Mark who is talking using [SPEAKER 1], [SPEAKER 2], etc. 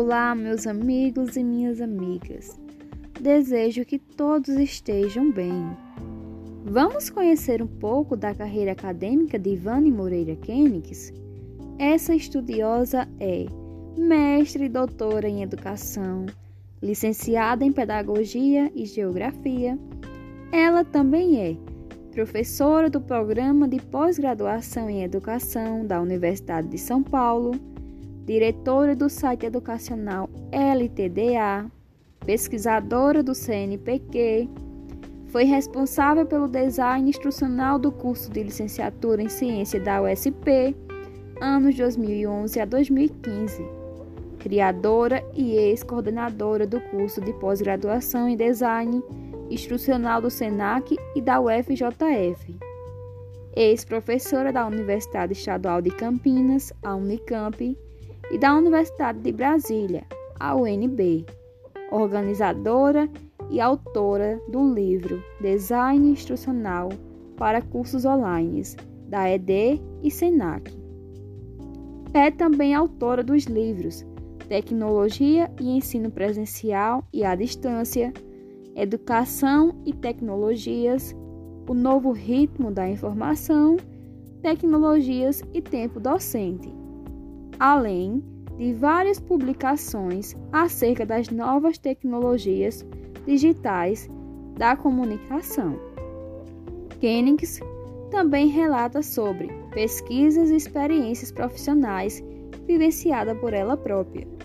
[SPEAKER 1] Olá, meus amigos e minhas amigas. Desejo que todos estejam bem. Vamos conhecer um pouco da carreira acadêmica de Ivane Moreira Kenix? Essa estudiosa é mestre e doutora em educação, licenciada em pedagogia e geografia. Ela também é professora do programa de pós-graduação em educação da Universidade de São Paulo, diretora do site educacional LTDA, pesquisadora do CNPq, foi responsável pelo design instrucional do curso de licenciatura em ciência da USP, anos 2011 a 2015, criadora e ex-coordenadora do curso de pós-graduação em design instrucional do SENAC e da UFJF, ex-professora da Universidade Estadual de Campinas, a Unicamp, e da Universidade de Brasília, a UNB, organizadora e autora do livro Design Instrucional para Cursos Online, da ED e SENAC. É também autora dos livros Tecnologia e Ensino Presencial e à Distância, Educação e Tecnologias, O Novo Ritmo da Informação, Tecnologias e Tempo Docente, além de várias publicações acerca das novas tecnologias digitais da comunicação. Kenix também relata sobre pesquisas e experiências profissionais vivenciadas por ela própria.